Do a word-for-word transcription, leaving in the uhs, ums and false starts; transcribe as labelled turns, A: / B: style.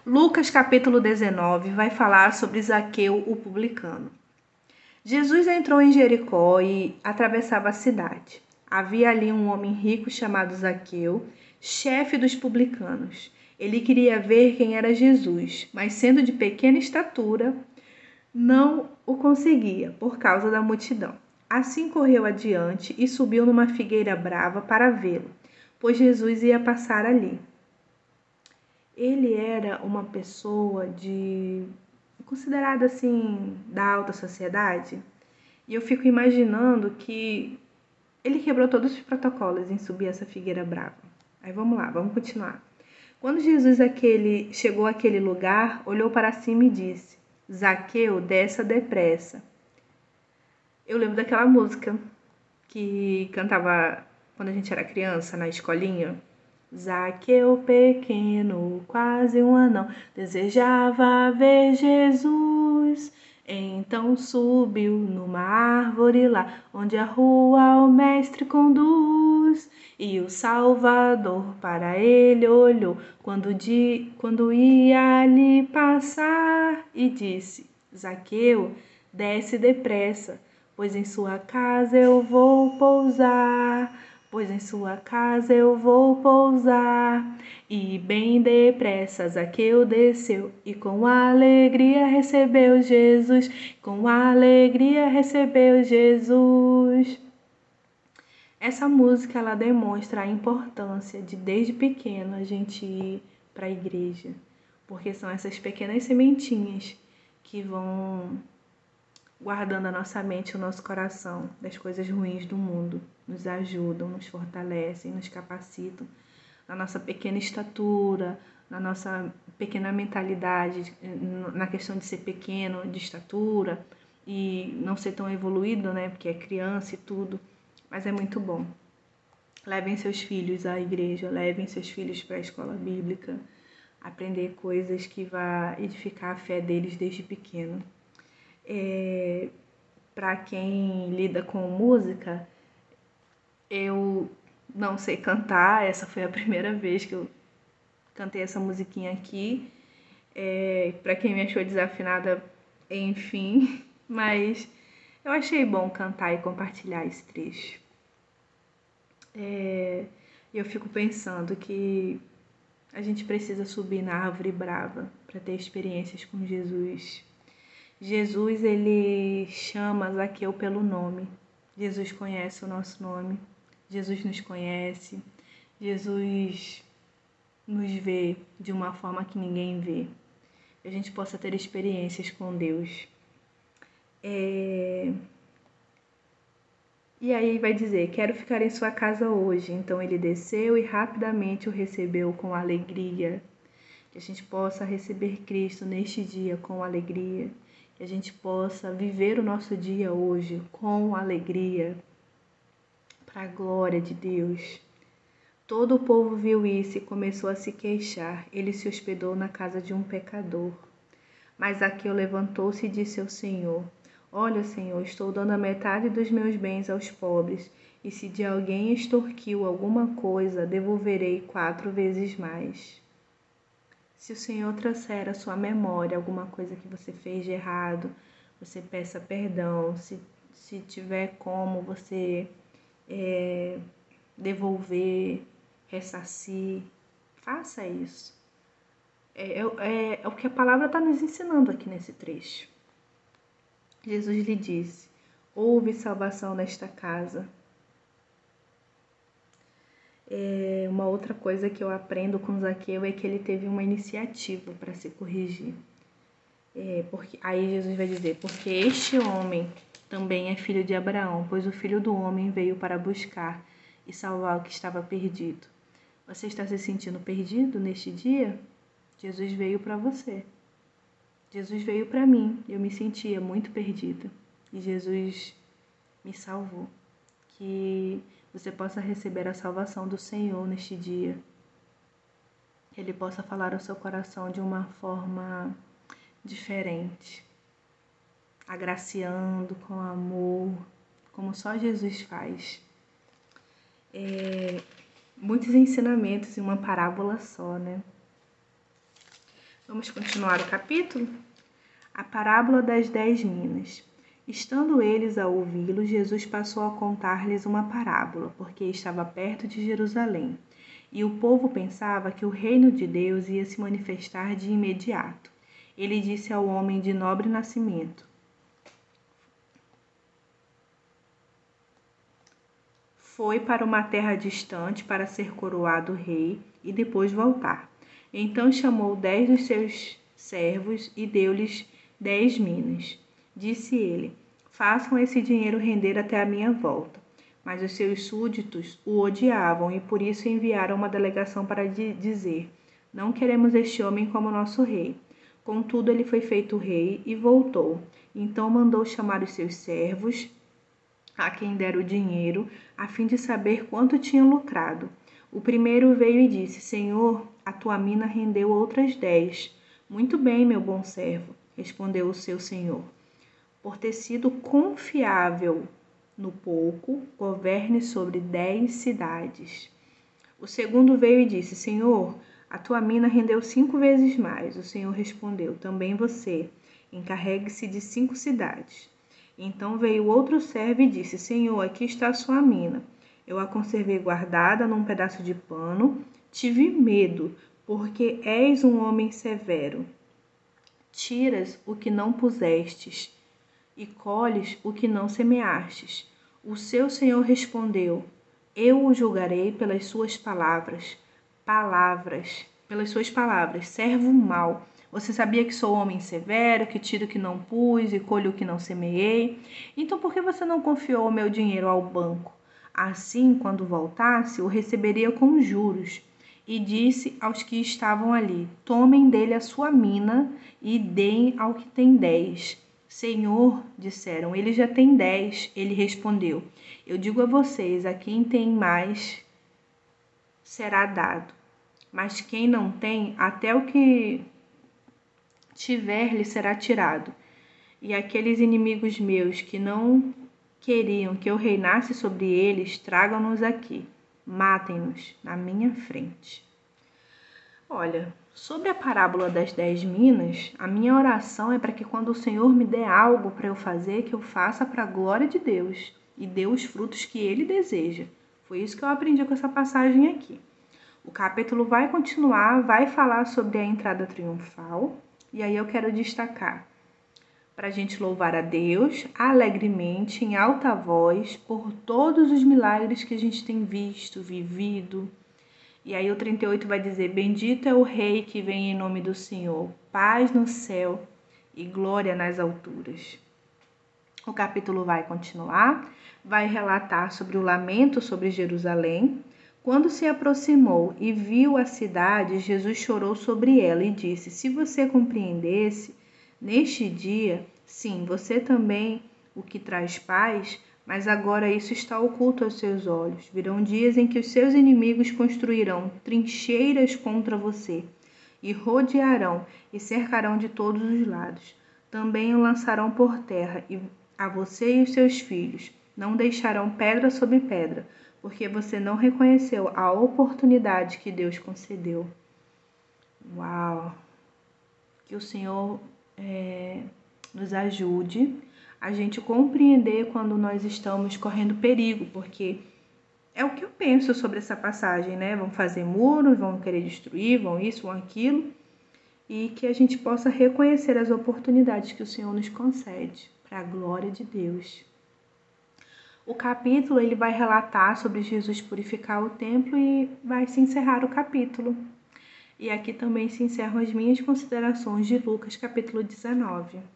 A: Lucas capítulo dezenove vai falar sobre Zaqueu, o publicano. Jesus entrou em Jericó e atravessava a cidade. Havia ali um homem rico chamado Zaqueu, chefe dos publicanos. Ele queria ver quem era Jesus, mas sendo de pequena estatura, não o conseguia por causa da multidão. Assim correu adiante e subiu numa figueira brava para vê-lo, pois Jesus ia passar ali. Ele era uma pessoa de considerada assim da alta sociedade, e eu fico imaginando que ele quebrou todos os protocolos em subir essa figueira brava. Aí vamos lá, vamos continuar. Quando Jesus aquele, chegou àquele lugar, olhou para cima e disse: Zaqueu, desça depressa. Eu lembro daquela música que cantava quando a gente era criança na escolinha. Zaqueu pequeno, quase um anão, desejava ver Jesus. Então subiu numa árvore lá, onde a rua o mestre conduz. E o Salvador para ele olhou, quando, de, quando ia ali passar, e disse: Zaqueu, desce depressa, pois em sua casa eu vou pousar. Pois em sua casa eu vou pousar. E bem depressa Zaqueu desceu, e com alegria recebeu Jesus, com alegria recebeu Jesus. Essa música ela demonstra a importância de desde pequeno a gente ir para a igreja, porque são essas pequenas sementinhas que vão guardando a nossa mente e o nosso coração das coisas ruins do mundo, nos ajudam, nos fortalecem, nos capacitam na nossa pequena estatura, na nossa pequena mentalidade, na questão de ser pequeno de estatura e não ser tão evoluído, né, porque é criança e tudo, mas é muito bom. Levem seus filhos à igreja, levem seus filhos para a escola bíblica, aprender coisas que vão edificar a fé deles desde pequeno. É, para quem lida com música, eu não sei cantar, essa foi a primeira vez que eu cantei essa musiquinha aqui. É, para quem me achou desafinada, enfim, mas eu achei bom cantar e compartilhar esse trecho. É, eu fico pensando que a gente precisa subir na árvore brava para ter experiências com Jesus. Jesus, ele chama Zaqueu pelo nome. Jesus conhece o nosso nome. Jesus nos conhece. Jesus nos vê de uma forma que ninguém vê. Que a gente possa ter experiências com Deus. É... E aí vai dizer, quero ficar em sua casa hoje. Então ele desceu e rapidamente o recebeu com alegria. Que a gente possa receber Cristo neste dia com alegria. Que a gente possa viver o nosso dia hoje com alegria, para a glória de Deus. Todo o povo viu isso e começou a se queixar. Ele se hospedou na casa de um pecador. Mas Zaqueu levantou-se e disse ao Senhor: Olha, Senhor, estou dando a metade dos meus bens aos pobres, e se de alguém extorquiu alguma coisa, devolverei quatro vezes mais. Se o Senhor trouxer à sua memória alguma coisa que você fez de errado, você peça perdão. Se, se tiver como você é, devolver, ressarcir, faça isso. É, é, é o que a palavra está nos ensinando aqui nesse trecho. Jesus lhe disse: houve salvação nesta casa. É, uma outra coisa que eu aprendo com Zaqueu é que ele teve uma iniciativa para se corrigir. É, porque, aí Jesus vai dizer, porque este homem também é filho de Abraão, pois o filho do homem veio para buscar e salvar o que estava perdido. Você está se sentindo perdido neste dia? Jesus veio para você. Jesus veio para mim. Eu me sentia muito perdida e Jesus me salvou. Que você possa receber a salvação do Senhor neste dia. Que Ele possa falar ao seu coração de uma forma diferente, agraciando com amor, como só Jesus faz. É, muitos ensinamentos em uma parábola só, né? Vamos continuar o capítulo? A parábola das dez minas. Estando eles a ouvi-lo, Jesus passou a contar-lhes uma parábola, porque estava perto de Jerusalém, e o povo pensava que o reino de Deus ia se manifestar de imediato. Ele disse ao homem de nobre nascimento: Foi para uma terra distante para ser coroado rei e depois voltar. Então chamou dez dos seus servos e deu-lhes dez minas. Disse ele: Façam esse dinheiro render até a minha volta. Mas os seus súditos o odiavam e por isso enviaram uma delegação para dizer: Não queremos este homem como nosso rei. Contudo, ele foi feito rei e voltou. Então mandou chamar os seus servos, a quem dera o dinheiro, a fim de saber quanto tinham lucrado. O primeiro veio e disse: Senhor, a tua mina rendeu outras dez. Muito bem, meu bom servo, respondeu o seu senhor. Por ter sido confiável no pouco, governe sobre dez cidades. O segundo veio e disse: Senhor, a tua mina rendeu cinco vezes mais. O senhor respondeu: Também você, encarregue-se de cinco cidades. Então veio outro servo e disse: Senhor, aqui está a sua mina. Eu a conservei guardada num pedaço de pano. Tive medo, porque és um homem severo. Tiras o que não pusestes e colhes o que não semeastes. O seu senhor respondeu: Eu o julgarei pelas suas palavras. Palavras, pelas suas palavras, servo mau. Você sabia que sou homem severo, que tiro o que não pus e colho o que não semeei? Então por que você não confiou o meu dinheiro ao banco? Assim, quando voltasse, o receberia com juros. E disse aos que estavam ali: Tomem dele a sua mina e deem ao que tem dez. Senhor, disseram, ele já tem dez. Ele respondeu: Eu digo a vocês, a quem tem mais será dado, mas quem não tem, até o que tiver lhe será tirado. E aqueles inimigos meus que não queriam que eu reinasse sobre eles, tragam-nos aqui, matem-nos na minha frente. Olha, sobre a parábola das dez minas, a minha oração é para que quando o Senhor me dê algo para eu fazer, que eu faça para a glória de Deus e dê os frutos que Ele deseja. Foi isso que eu aprendi com essa passagem aqui. O capítulo vai continuar, vai falar sobre a entrada triunfal, e aí eu quero destacar para a gente louvar a Deus alegremente, em alta voz, por todos os milagres que a gente tem visto, vivido. E aí o trinta e oito vai dizer: Bendito é o Rei que vem em nome do Senhor, paz no céu e glória nas alturas. O capítulo vai continuar, vai relatar sobre o lamento sobre Jerusalém. Quando se aproximou e viu a cidade, Jesus chorou sobre ela e disse: Se você compreendesse, neste dia, sim, você também o que traz paz, mas agora isso está oculto aos seus olhos. Virão dias em que os seus inimigos construirão trincheiras contra você, e rodearão e cercarão de todos os lados. Também o lançarão por terra, e a você e os seus filhos não deixarão pedra sobre pedra, porque você não reconheceu a oportunidade que Deus concedeu. Uau! Que o Senhor é, nos ajude a gente compreender quando nós estamos correndo perigo, porque é o que eu penso sobre essa passagem, né? Vão fazer muros, vão querer destruir, vão isso, vão aquilo, e que a gente possa reconhecer as oportunidades que o Senhor nos concede, para a glória de Deus. O capítulo ele vai relatar sobre Jesus purificar o templo e vai se encerrar o capítulo. E aqui também se encerram as minhas considerações de Lucas, capítulo dezenove.